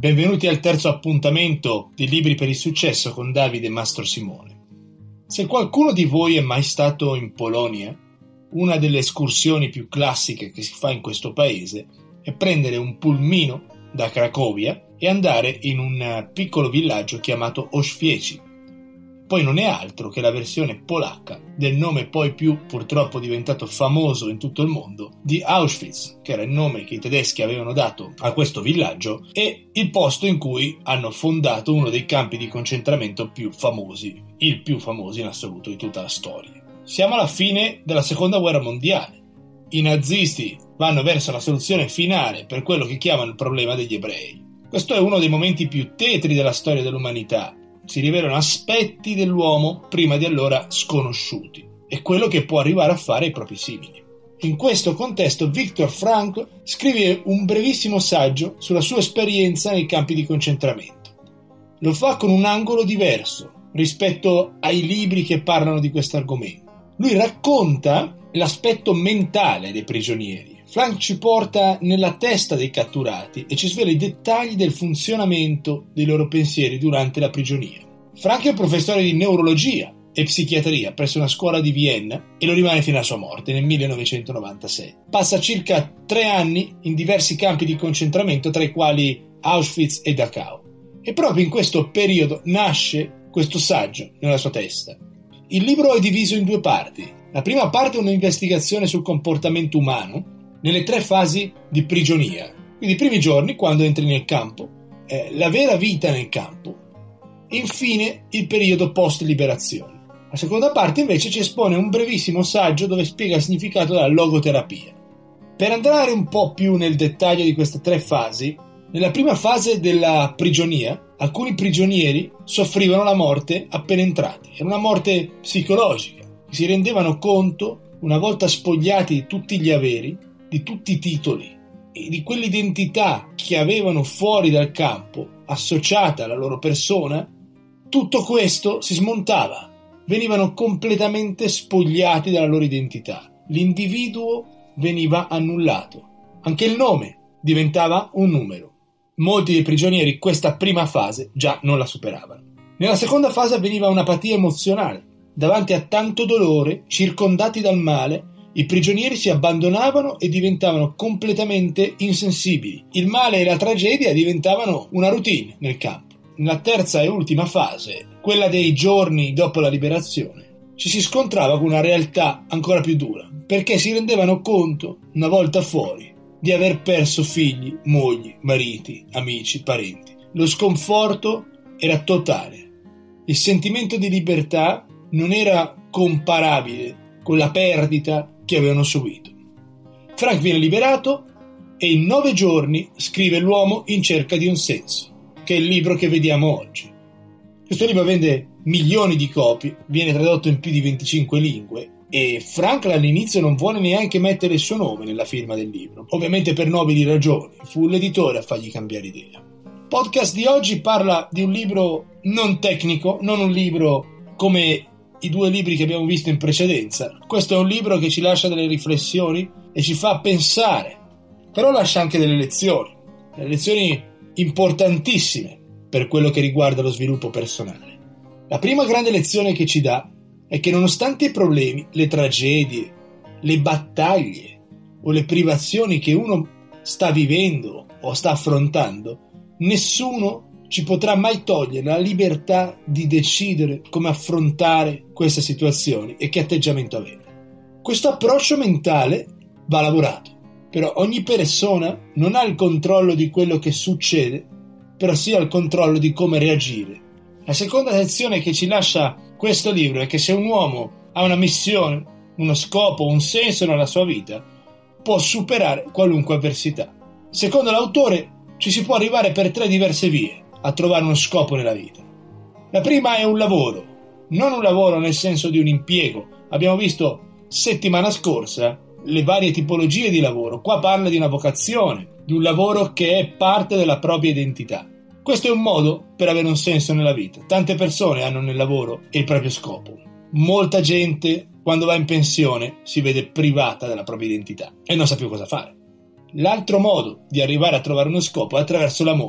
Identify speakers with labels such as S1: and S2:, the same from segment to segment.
S1: Benvenuti al terzo appuntamento di Libri per il Successo con Davide Mastro Simone. Se qualcuno di voi è mai stato in Polonia, una delle escursioni più classiche che si fa in questo paese è prendere un pulmino da Cracovia e andare in un piccolo villaggio chiamato Oświęcim. Poi non è altro che la versione polacca del nome poi più purtroppo diventato famoso in tutto il mondo di Auschwitz, che era il nome che i tedeschi avevano dato a questo villaggio e il posto in cui hanno fondato uno dei campi di concentramento più famosi, il più famoso in assoluto di tutta la storia. Siamo alla fine della seconda guerra mondiale. I nazisti vanno verso la soluzione finale per quello che chiamano il problema degli ebrei. Questo è uno dei momenti più tetri della storia dell'umanità. Si rivelano aspetti dell'uomo prima di allora sconosciuti e quello che può arrivare a fare ai propri simili. In questo contesto Viktor Frankl scrive un brevissimo saggio sulla sua esperienza nei campi di concentramento. Lo fa con un angolo diverso rispetto ai libri che parlano di questo argomento. Lui racconta l'aspetto mentale dei prigionieri. Frank ci porta nella testa dei catturati e ci svela i dettagli del funzionamento dei loro pensieri durante la prigionia. Frank è un professore di neurologia e psichiatria presso una scuola di Vienna e lo rimane fino alla sua morte nel 1996. Passa circa 3 anni in diversi campi di concentramento, tra i quali Auschwitz e Dachau. E proprio in questo periodo nasce questo saggio nella sua testa. Il libro è diviso in 2 parti. La prima parte è un'investigazione sul comportamento umano nelle 3 fasi di prigionia, quindi i primi giorni quando entri nel campo, la vera vita nel campo e infine il periodo post-liberazione. La seconda parte invece ci espone un brevissimo saggio dove spiega il significato della logoterapia. Per andare un po' più nel dettaglio di queste 3 fasi, nella prima fase della prigionia, alcuni prigionieri soffrivano la morte appena entrati. Era una morte psicologica. Si rendevano conto, una volta spogliati di tutti gli averi, di tutti i titoli e di quell'identità che avevano fuori dal campo, associata alla loro persona, tutto questo si smontava. Venivano completamente spogliati dalla loro identità. L'individuo veniva annullato. Anche il nome diventava un numero. Molti dei prigionieri questa prima fase già non la superavano. Nella seconda fase avveniva un'apatia emozionale. Davanti a tanto dolore, circondati dal male, i prigionieri si abbandonavano e diventavano completamente insensibili. Il male e la tragedia diventavano una routine nel campo. Nella terza e ultima fase, quella dei giorni dopo la liberazione, ci si scontrava con una realtà ancora più dura, perché si rendevano conto, una volta fuori, di aver perso figli, mogli, mariti, amici, parenti. Lo sconforto era totale. Il sentimento di libertà non era comparabile con la perdita che avevano subito. Frank viene liberato e in 9 giorni scrive L'uomo in cerca di un senso, che è il libro che vediamo oggi. Questo libro vende milioni di copie, viene tradotto in più di 25 lingue e Frank all'inizio non vuole neanche mettere il suo nome nella firma del libro, ovviamente per nobili ragioni. Fu l'editore a fargli cambiare idea. Il podcast di oggi parla di un libro non tecnico, non un libro come i 2 libri che abbiamo visto in precedenza. Questo è un libro che ci lascia delle riflessioni e ci fa pensare, però lascia anche delle lezioni importantissime per quello che riguarda lo sviluppo personale. La prima grande lezione che ci dà è che nonostante i problemi, le tragedie, le battaglie o le privazioni che uno sta vivendo o sta affrontando, nessuno ci potrà mai togliere la libertà di decidere come affrontare queste situazioni e che atteggiamento avere. Questo approccio mentale va lavorato, però ogni persona non ha il controllo di quello che succede, però sì ha il controllo di come reagire. La seconda lezione che ci lascia questo libro è che se un uomo ha una missione, uno scopo, un senso nella sua vita, può superare qualunque avversità. Secondo l'autore ci si può arrivare per 3 diverse vie a trovare uno scopo nella vita. La prima è un lavoro, non un lavoro nel senso di un impiego. Abbiamo visto settimana scorsa le varie tipologie di lavoro. Qua parla di una vocazione, di un lavoro che è parte della propria identità. Questo è un modo per avere un senso nella vita. Tante persone hanno nel lavoro il proprio scopo. Molta gente, quando va in pensione, si vede privata della propria identità e non sa più cosa fare. L'altro modo di arrivare a trovare uno scopo è attraverso l'amore.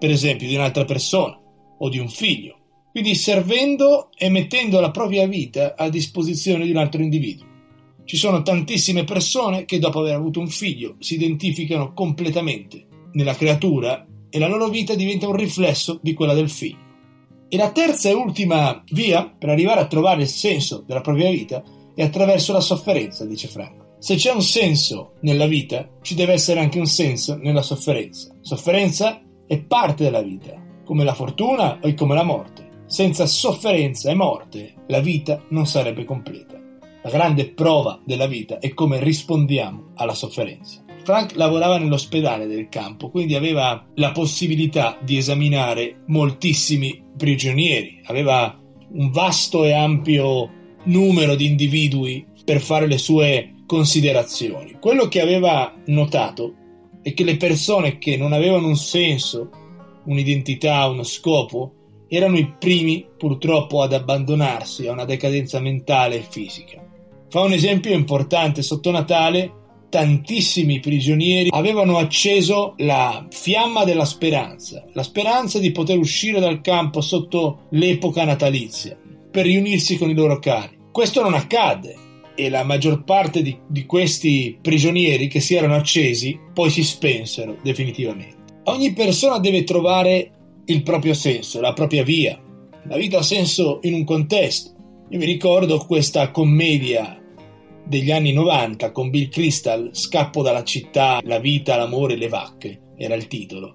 S1: per esempio, di un'altra persona o di un figlio. Quindi servendo e mettendo la propria vita a disposizione di un altro individuo. Ci sono tantissime persone che dopo aver avuto un figlio si identificano completamente nella creatura e la loro vita diventa un riflesso di quella del figlio. E la terza e ultima via per arrivare a trovare il senso della propria vita è attraverso la sofferenza, dice Frank. Se c'è un senso nella vita, ci deve essere anche un senso nella sofferenza. Sofferenza è parte della vita, come la fortuna e come la morte. Senza sofferenza e morte, la vita non sarebbe completa. La grande prova della vita è come rispondiamo alla sofferenza. Frank lavorava nell'ospedale del campo, quindi aveva la possibilità di esaminare moltissimi prigionieri. Aveva un vasto e ampio numero di individui per fare le sue considerazioni. Quello che aveva notato è che le persone che non avevano un senso, un'identità, uno scopo, erano i primi purtroppo ad abbandonarsi a una decadenza mentale e fisica. Fa un esempio importante: sotto Natale tantissimi prigionieri avevano acceso la fiamma della speranza, la speranza di poter uscire dal campo sotto l'epoca natalizia per riunirsi con i loro cari. Questo non accadde e la maggior parte di questi prigionieri che si erano accesi poi si spensero definitivamente. Ogni persona deve trovare il proprio senso, la propria via. La vita ha senso in un contesto. Io mi ricordo questa commedia degli anni 90 con Bill Crystal, Scappo dalla città, la vita, l'amore, le vacche, era il titolo.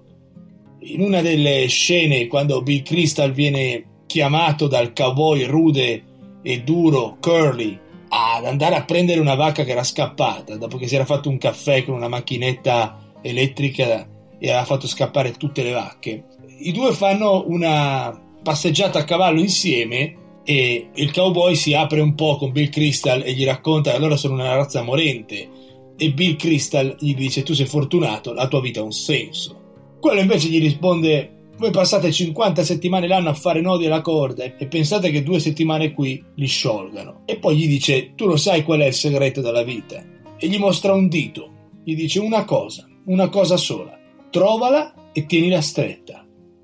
S1: In una delle scene, quando Bill Crystal viene chiamato dal cowboy rude e duro Curly ad andare a prendere una vacca che era scappata dopo che si era fatto un caffè con una macchinetta elettrica e aveva fatto scappare tutte le vacche, i due fanno una passeggiata a cavallo insieme e il cowboy si apre un po' con Bill Crystal e gli racconta che loro sono una razza morente e Bill Crystal gli dice: tu sei fortunato, la tua vita ha un senso. Quello invece gli risponde: voi passate 50 settimane l'anno a fare nodi alla corda e pensate che 2 settimane qui li sciolgano. E poi gli dice: tu lo sai qual è il segreto della vita? E gli mostra un dito, gli dice una cosa sola, trovala e tienila stretta.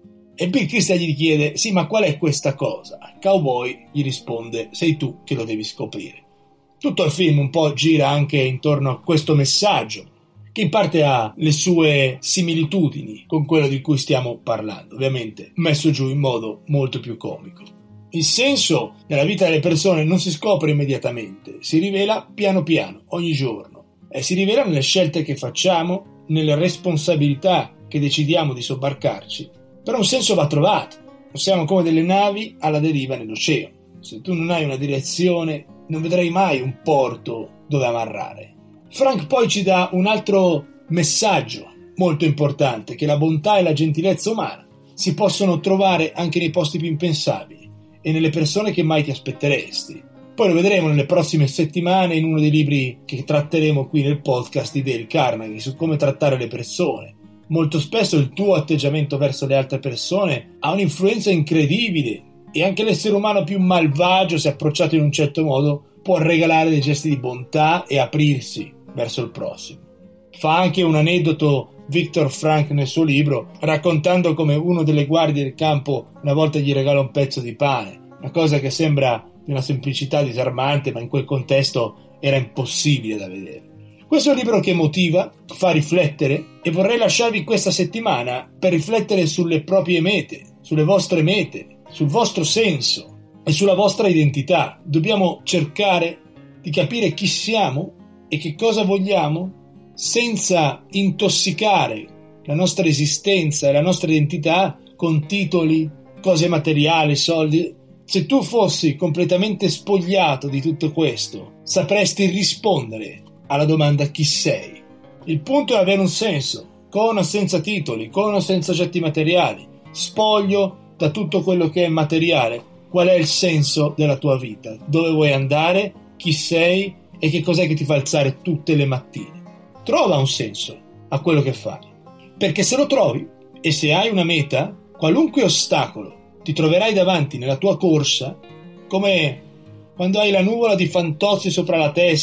S1: E Bill Crystal gli chiede: sì, ma qual è questa cosa? Il cowboy gli risponde: sei tu che lo devi scoprire. Tutto il film un po' gira anche intorno a questo messaggio, che in parte ha le sue similitudini con quello di cui stiamo parlando, ovviamente messo giù in modo molto più comico. Il senso nella vita delle persone non si scopre immediatamente, si rivela piano piano, ogni giorno, e si rivela nelle scelte che facciamo, nelle responsabilità che decidiamo di sobbarcarci. Però un senso va trovato. Non siamo come delle navi alla deriva nell'oceano. Se tu non hai una direzione, non vedrai mai un porto dove ammarrare. Frank poi ci dà un altro messaggio molto importante, che la bontà e la gentilezza umana si possono trovare anche nei posti più impensabili e nelle persone che mai ti aspetteresti. Poi lo vedremo nelle prossime settimane in uno dei libri che tratteremo qui nel podcast di Dale Carnegie su come trattare le persone. Molto spesso il tuo atteggiamento verso le altre persone ha un'influenza incredibile e anche l'essere umano più malvagio, se approcciato in un certo modo, può regalare dei gesti di bontà e aprirsi verso il prossimo. Fa anche un aneddoto Viktor Frankl nel suo libro, raccontando come uno delle guardie del campo una volta gli regala un pezzo di pane, una cosa che sembra di una semplicità disarmante, ma in quel contesto era impossibile da vedere. Questo è un libro che motiva, fa riflettere e vorrei lasciarvi questa settimana per riflettere sulle proprie mete, sulle vostre mete, sul vostro senso e sulla vostra identità. Dobbiamo cercare di capire chi siamo e che cosa vogliamo senza intossicare la nostra esistenza e la nostra identità con titoli, cose materiali, soldi. Se tu fossi completamente spogliato di tutto questo, sapresti rispondere alla domanda chi sei. Il punto è avere un senso, con o senza titoli, con o senza oggetti materiali, spoglio da tutto quello che è materiale. Qual è il senso della tua vita? Dove vuoi andare? Chi sei? E che cos'è che ti fa alzare tutte le mattine? Trova un senso a quello che fai, perché se lo trovi e se hai una meta, qualunque ostacolo ti troverai davanti nella tua corsa, come quando hai la nuvola di Fantozzi sopra la testa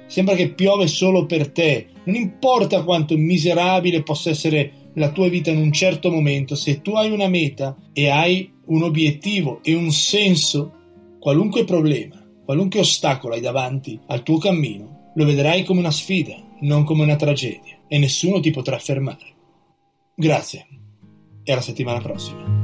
S1: sembra che piove solo per te. Non importa quanto miserabile possa essere la tua vita in un certo momento, se tu hai una meta e hai un obiettivo e un senso, qualunque problema, qualunque ostacolo hai davanti al tuo cammino, lo vedrai come una sfida, non come una tragedia, e nessuno ti potrà fermare. Grazie e alla settimana prossima.